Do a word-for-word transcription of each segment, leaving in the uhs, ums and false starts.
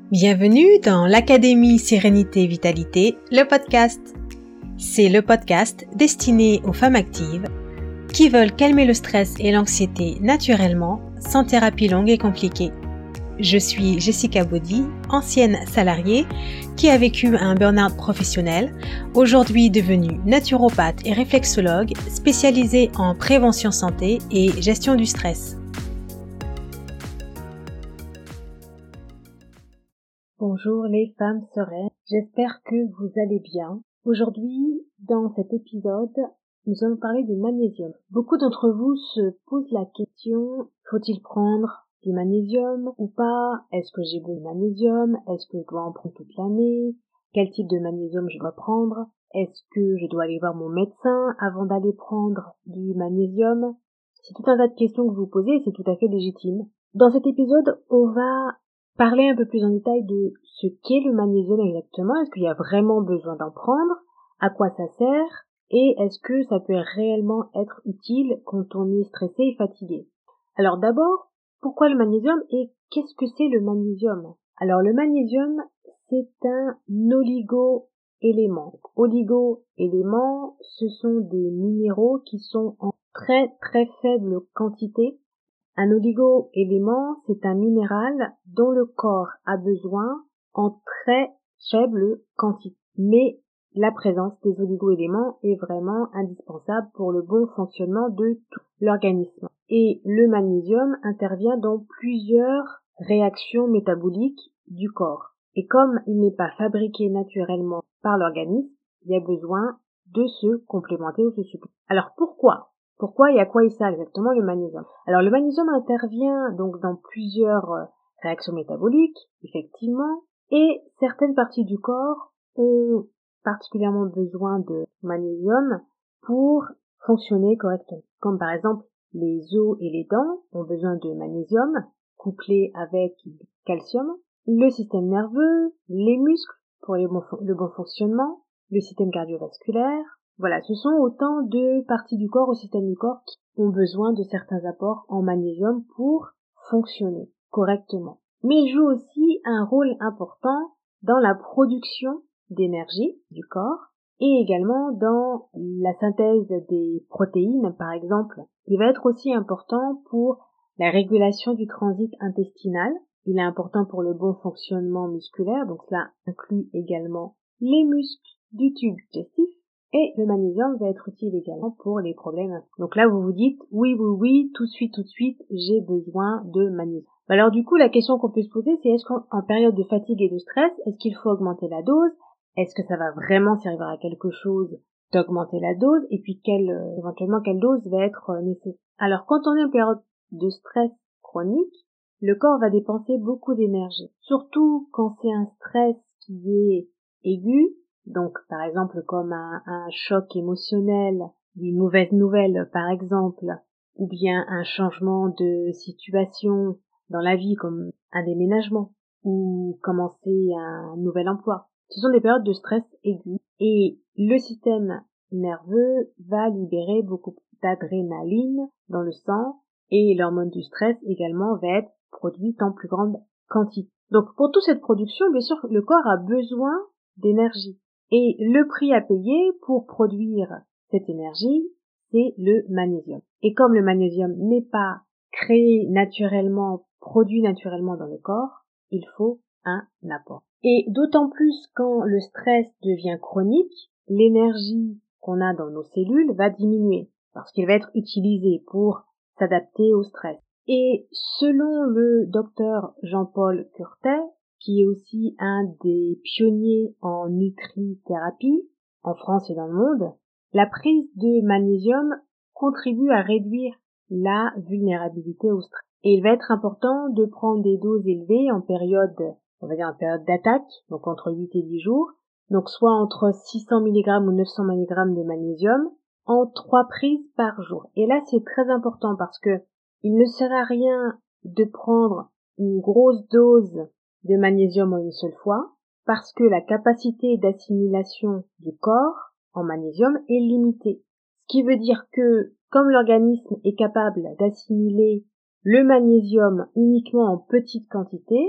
Bienvenue dans l'Académie Sérénité Vitalité, le podcast. C'est le podcast destiné aux femmes actives qui veulent calmer le stress et l'anxiété naturellement, sans thérapie longue et compliquée. Je suis Jessica Baudy, ancienne salariée qui a vécu un burn-out professionnel, aujourd'hui devenue naturopathe et réflexologue spécialisée en prévention santé et gestion du stress. Bonjour les femmes sereines, j'espère que vous allez bien. Aujourd'hui, dans cet épisode, nous allons parler du magnésium. Beaucoup d'entre vous se posent la question, faut-il prendre du magnésium ou pas? Est-ce que j'ai besoin de magnésium? Est-ce que je dois en prendre toute l'année? Quel type de magnésium je dois prendre? Est-ce que je dois aller voir mon médecin avant d'aller prendre du magnésium? C'est tout un tas de questions que vous vous posez et c'est tout à fait légitime. Dans cet épisode, on va parler un peu plus en détail de ce qu'est le magnésium exactement. Est-ce qu'il y a vraiment besoin d'en prendre? À quoi ça sert? Et est-ce que ça peut réellement être utile quand on est stressé et fatigué? Alors d'abord, pourquoi le magnésium et qu'est-ce que c'est le magnésium? Alors le magnésium, c'est un oligo-élément. Oligo-éléments, ce sont des minéraux qui sont en très très faible quantité. Un oligo-élément, c'est un minéral dont le corps a besoin en très faible quantité. Mais la présence des oligo-éléments est vraiment indispensable pour le bon fonctionnement de tout l'organisme. Et le magnésium intervient dans plusieurs réactions métaboliques du corps. Et comme il n'est pas fabriqué naturellement par l'organisme, il y a besoin de se complémenter ou se supplémenter. Alors pourquoi Pourquoi et à quoi il sert exactement le magnésium? Alors le magnésium intervient donc dans plusieurs réactions métaboliques, effectivement, et certaines parties du corps ont particulièrement besoin de magnésium pour fonctionner correctement. Comme par exemple les os et les dents ont besoin de magnésium couplé avec du calcium, le système nerveux, les muscles pour les bon, le bon fonctionnement, le système cardiovasculaire. Voilà, ce sont autant de parties du corps au système du corps qui ont besoin de certains apports en magnésium pour fonctionner correctement. Mais il joue aussi un rôle important dans la production d'énergie du corps et également dans la synthèse des protéines, par exemple. Il va être aussi important pour la régulation du transit intestinal. Il est important pour le bon fonctionnement musculaire, donc cela inclut également les muscles du tube digestif. Et le magnésium va être utile également pour les problèmes. Donc là, vous vous dites, oui, oui, oui, tout de suite, tout de suite, j'ai besoin de magnésium. Alors du coup, la question qu'on peut se poser, c'est est-ce qu'en période de fatigue et de stress, est-ce qu'il faut augmenter la dose? Est-ce que ça va vraiment servir à quelque chose d'augmenter la dose? Et puis, quelle, euh, éventuellement, quelle dose va être euh, nécessaire? Alors, quand on est en période de stress chronique, le corps va dépenser beaucoup d'énergie. Surtout quand c'est un stress qui est aigu, donc par exemple comme un, un choc émotionnel, d'une mauvaise nouvelle par exemple, ou bien un changement de situation dans la vie comme un déménagement, ou commencer un nouvel emploi. Ce sont des périodes de stress aigu et le système nerveux va libérer beaucoup d'adrénaline dans le sang et l'hormone du stress également va être produite en plus grande quantité. Donc pour toute cette production, bien sûr, le corps a besoin d'énergie. Et le prix à payer pour produire cette énergie, c'est le magnésium. Et comme le magnésium n'est pas créé naturellement, produit naturellement dans le corps, il faut un apport. Et d'autant plus quand le stress devient chronique, l'énergie qu'on a dans nos cellules va diminuer parce qu'elle va être utilisée pour s'adapter au stress. Et selon le docteur Jean-Paul Curtet, qui est aussi un des pionniers en nutrithérapie en France et dans le monde, la prise de magnésium contribue à réduire la vulnérabilité au stress. Et il va être important de prendre des doses élevées en période, on va dire en période d'attaque, donc entre huit et dix jours, donc soit entre six cents milligrammes ou neuf cents milligrammes de magnésium, en trois prises par jour. Et là, c'est très important parce que il ne sert à rien de prendre une grosse dose de magnésium en une seule fois, parce que la capacité d'assimilation du corps en magnésium est limitée. Ce qui veut dire que, comme l'organisme est capable d'assimiler le magnésium uniquement en petite quantité,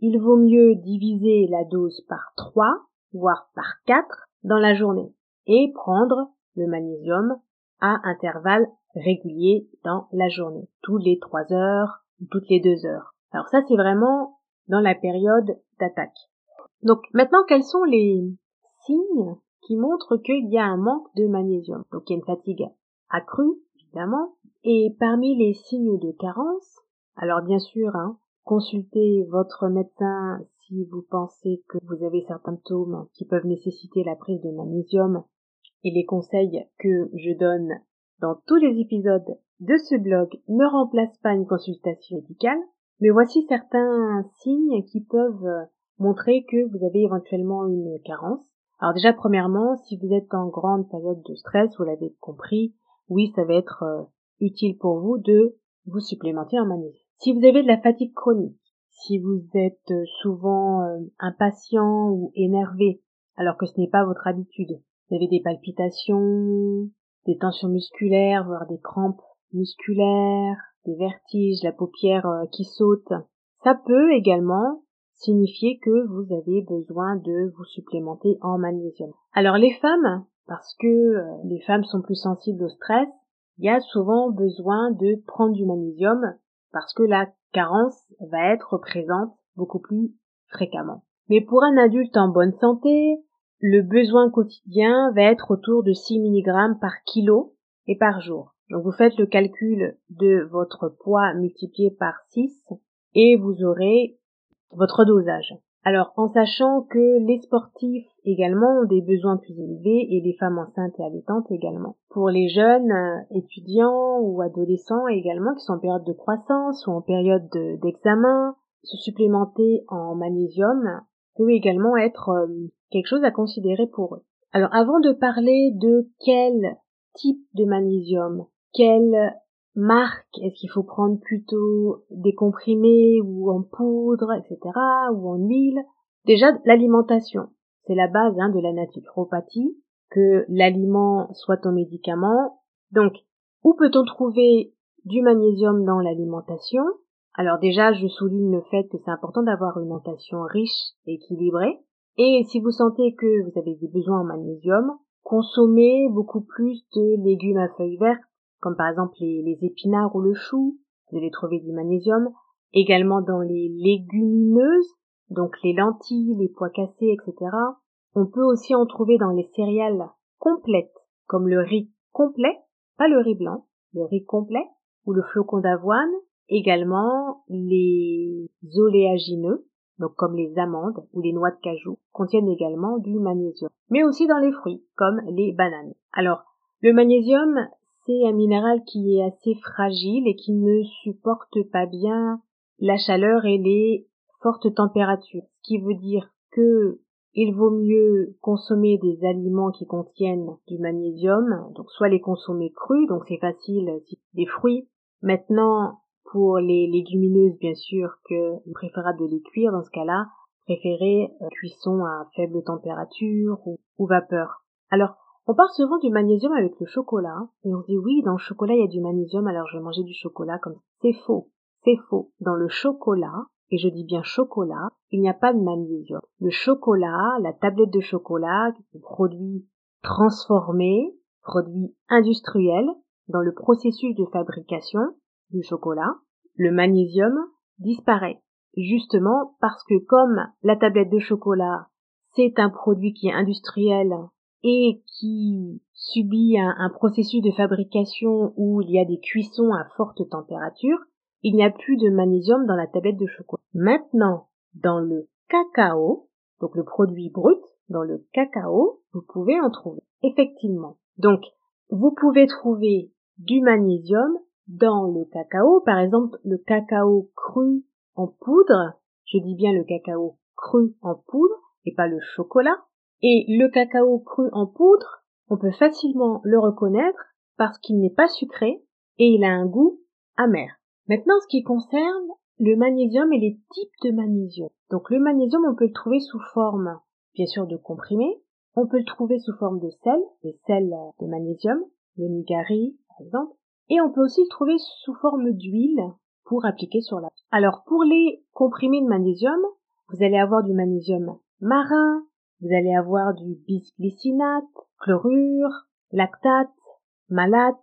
il vaut mieux diviser la dose par trois, voire par quatre dans la journée et prendre le magnésium à intervalles réguliers dans la journée, tous les trois heures ou toutes les deux heures. Alors ça, c'est vraiment dans la période d'attaque. Donc maintenant, quels sont les signes qui montrent qu'il y a un manque de magnésium? Donc il y a une fatigue accrue, évidemment, et parmi les signes de carence, alors bien sûr, hein, consultez votre médecin si vous pensez que vous avez certains symptômes qui peuvent nécessiter la prise de magnésium, et les conseils que je donne dans tous les épisodes de ce blog ne remplacent pas une consultation médicale, mais voici certains signes qui peuvent montrer que vous avez éventuellement une carence. Alors déjà, premièrement, si vous êtes en grande période de stress, vous l'avez compris, oui, ça va être euh, utile pour vous de vous supplémenter en magnésium. Si vous avez de la fatigue chronique, si vous êtes souvent euh, impatient ou énervé, alors que ce n'est pas votre habitude, vous avez des palpitations, des tensions musculaires, voire des crampes musculaires, des vertiges, la paupière euh, qui saute, ça peut également signifier que vous avez besoin de vous supplémenter en magnésium. Alors les femmes, parce que euh, les femmes sont plus sensibles au stress, il y a souvent besoin de prendre du magnésium parce que la carence va être présente beaucoup plus fréquemment. Mais pour un adulte en bonne santé, le besoin quotidien va être autour de six milligrammes par kilo et par jour. Donc vous faites le calcul de votre poids multiplié par six et vous aurez votre dosage. Alors, en sachant que les sportifs également ont des besoins plus élevés et les femmes enceintes et allaitantes également. Pour les jeunes euh, étudiants ou adolescents également qui sont en période de croissance ou en période de, d'examen, se supplémenter en magnésium peut également être euh, quelque chose à considérer pour eux. Alors, avant de parler de quel type de magnésium, quel marque, est-ce qu'il faut prendre plutôt des comprimés ou en poudre, et cetera, ou en huile? Déjà, l'alimentation, c'est la base hein, de la naturopathie, que l'aliment soit en médicament. Donc, où peut-on trouver du magnésium dans l'alimentation? Alors déjà, je souligne le fait que c'est important d'avoir une alimentation riche et équilibrée. Et si vous sentez que vous avez des besoins en magnésium, consommez beaucoup plus de légumes à feuilles vertes, comme par exemple les, les épinards ou le chou, vous allez trouver du magnésium, également dans les légumineuses, donc les lentilles, les pois cassés, et cetera. On peut aussi en trouver dans les céréales complètes, comme le riz complet, pas le riz blanc, le riz complet, ou le flocon d'avoine, également les oléagineux, donc comme les amandes ou les noix de cajou, contiennent également du magnésium, mais aussi dans les fruits, comme les bananes. Alors, le magnésium, c'est un minéral qui est assez fragile et qui ne supporte pas bien la chaleur et les fortes températures, ce qui veut dire que il vaut mieux consommer des aliments qui contiennent du magnésium, donc soit les consommer crus, donc c'est facile, des fruits. Maintenant, pour les légumineuses, bien sûr que il est préférable de les cuire, dans ce cas-là, préférez euh, cuisson à faible température ou, ou vapeur. Alors, on parle souvent du magnésium avec le chocolat, et on se dit oui, dans le chocolat il y a du magnésium, alors je vais manger du chocolat comme ça. C'est faux, c'est faux. Dans le chocolat, et je dis bien chocolat, il n'y a pas de magnésium. Le chocolat, la tablette de chocolat, qui est un produit transformé, produit industriel, dans le processus de fabrication du chocolat, le magnésium disparaît. Justement parce que comme la tablette de chocolat, c'est un produit qui est industriel et qui subit un, un processus de fabrication où il y a des cuissons à forte température, il n'y a plus de magnésium dans la tablette de chocolat. Maintenant, dans le cacao, donc le produit brut, dans le cacao, vous pouvez en trouver. Effectivement. Donc, vous pouvez trouver du magnésium dans le cacao, par exemple le cacao cru en poudre, je dis bien le cacao cru en poudre et pas le chocolat, et le cacao cru en poudre, on peut facilement le reconnaître parce qu'il n'est pas sucré et il a un goût amer. Maintenant, ce qui concerne le magnésium et les types de magnésium. Donc le magnésium, on peut le trouver sous forme, bien sûr, de comprimés, on peut le trouver sous forme de sel, des sels de magnésium, le nigari par exemple, et on peut aussi le trouver sous forme d'huile pour appliquer sur la peau. Alors pour les comprimés de magnésium, vous allez avoir du magnésium marin, vous allez avoir du bisglycinate, chlorure, lactate, malate,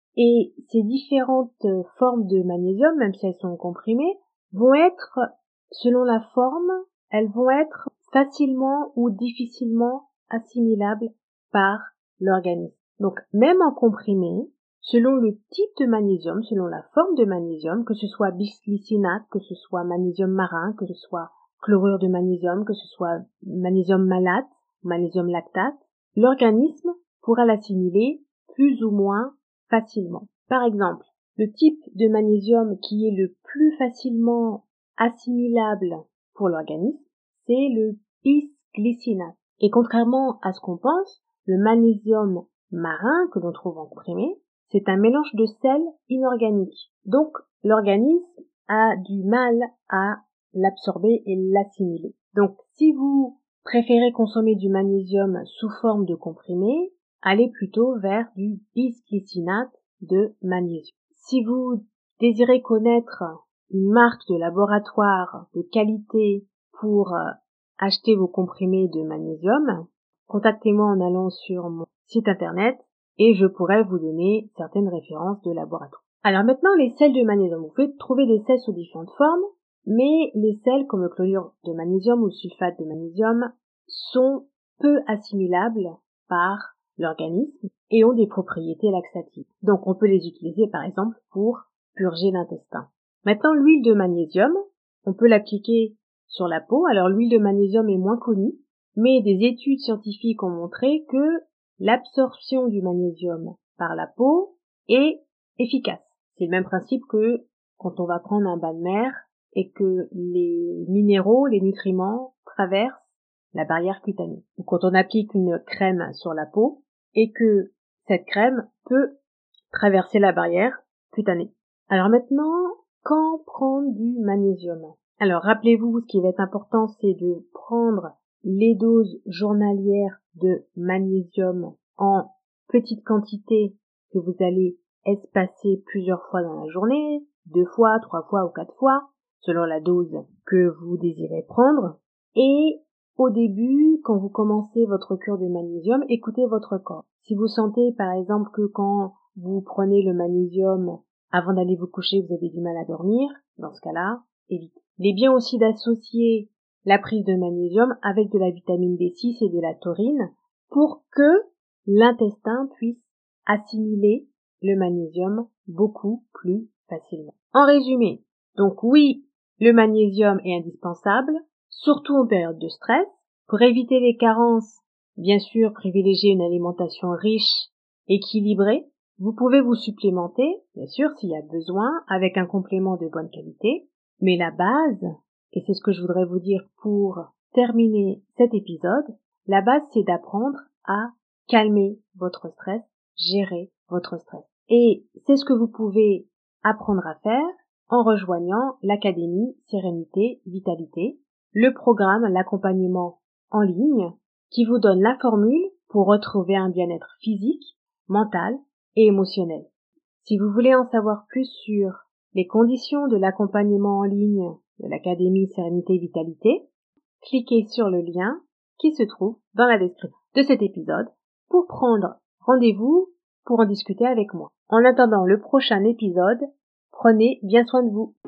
et ces différentes formes de magnésium, même si elles sont comprimées, vont être, selon la forme, elles vont être facilement ou difficilement assimilables par l'organisme. Donc, même en comprimé, selon le type de magnésium, selon la forme de magnésium, que ce soit bisglycinate, que ce soit magnésium marin, que ce soit chlorure de magnésium, que ce soit magnésium malate, magnésium lactate, l'organisme pourra l'assimiler plus ou moins facilement. Par exemple, le type de magnésium qui est le plus facilement assimilable pour l'organisme, c'est le bisglycinate. Et contrairement à ce qu'on pense, le magnésium marin que l'on trouve en comprimé, c'est un mélange de sels inorganiques. Donc, l'organisme a du mal à l'absorber et l'assimiler. Donc, si vous préférez consommer du magnésium sous forme de comprimé, allez plutôt vers du bisglycinate de magnésium. Si vous désirez connaître une marque de laboratoire de qualité pour acheter vos comprimés de magnésium, contactez-moi en allant sur mon site internet et je pourrai vous donner certaines références de laboratoire. Alors maintenant, les sels de magnésium. Vous pouvez trouver des sels sous différentes formes, mais les sels comme le chlorure de magnésium ou le sulfate de magnésium sont peu assimilables par l'organisme et ont des propriétés laxatives. Donc on peut les utiliser par exemple pour purger l'intestin. Maintenant, l'huile de magnésium, on peut l'appliquer sur la peau. Alors l'huile de magnésium est moins connue, mais des études scientifiques ont montré que l'absorption du magnésium par la peau est efficace. C'est le même principe que quand on va prendre un bain de mer et que les minéraux, les nutriments traversent la barrière cutanée. Ou quand on applique une crème sur la peau et que cette crème peut traverser la barrière cutanée. Alors maintenant, quand prendre du magnésium? Alors rappelez-vous, ce qui va être important, c'est de prendre les doses journalières de magnésium en petite quantité que vous allez espacer plusieurs fois dans la journée, deux fois, trois fois ou quatre fois, selon la dose que vous désirez prendre. Et au début, quand vous commencez votre cure de magnésium, écoutez votre corps. Si vous sentez par exemple que quand vous prenez le magnésium avant d'aller vous coucher, vous avez du mal à dormir, dans ce cas-là, évitez. Il est bien aussi d'associer la prise de magnésium avec de la vitamine B six et de la taurine pour que l'intestin puisse assimiler le magnésium beaucoup plus facilement. En résumé, donc oui, le magnésium est indispensable, surtout en période de stress. Pour éviter les carences, bien sûr, privilégiez une alimentation riche, équilibrée. Vous pouvez vous supplémenter, bien sûr, s'il y a besoin, avec un complément de bonne qualité. Mais la base, et c'est ce que je voudrais vous dire pour terminer cet épisode, la base c'est d'apprendre à calmer votre stress, gérer votre stress. Et c'est ce que vous pouvez apprendre à faire en rejoignant l'Académie Sérénité Vitalité, le programme, l'accompagnement en ligne qui vous donne la formule pour retrouver un bien-être physique, mental et émotionnel. Si vous voulez en savoir plus sur les conditions de l'accompagnement en ligne de l'Académie Sérénité Vitalité, cliquez sur le lien qui se trouve dans la description de cet épisode pour prendre rendez-vous pour en discuter avec moi. En attendant le prochain épisode, prenez bien soin de vous.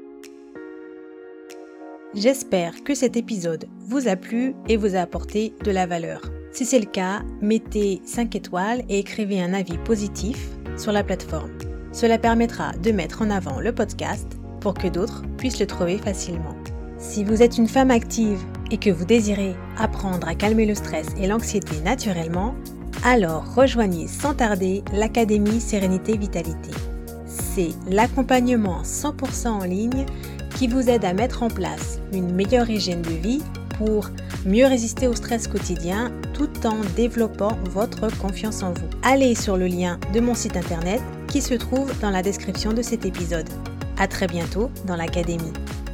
J'espère que cet épisode vous a plu et vous a apporté de la valeur. Si c'est le cas, mettez cinq étoiles et écrivez un avis positif sur la plateforme. Cela permettra de mettre en avant le podcast pour que d'autres puissent le trouver facilement. Si vous êtes une femme active et que vous désirez apprendre à calmer le stress et l'anxiété naturellement, alors rejoignez sans tarder l'Académie Sérénité Vitalité. C'est l'accompagnement cent pour cent en ligne qui vous aide à mettre en place une meilleure hygiène de vie pour mieux résister au stress quotidien tout en développant votre confiance en vous. Allez sur le lien de mon site internet qui se trouve dans la description de cet épisode. À très bientôt dans l'Académie.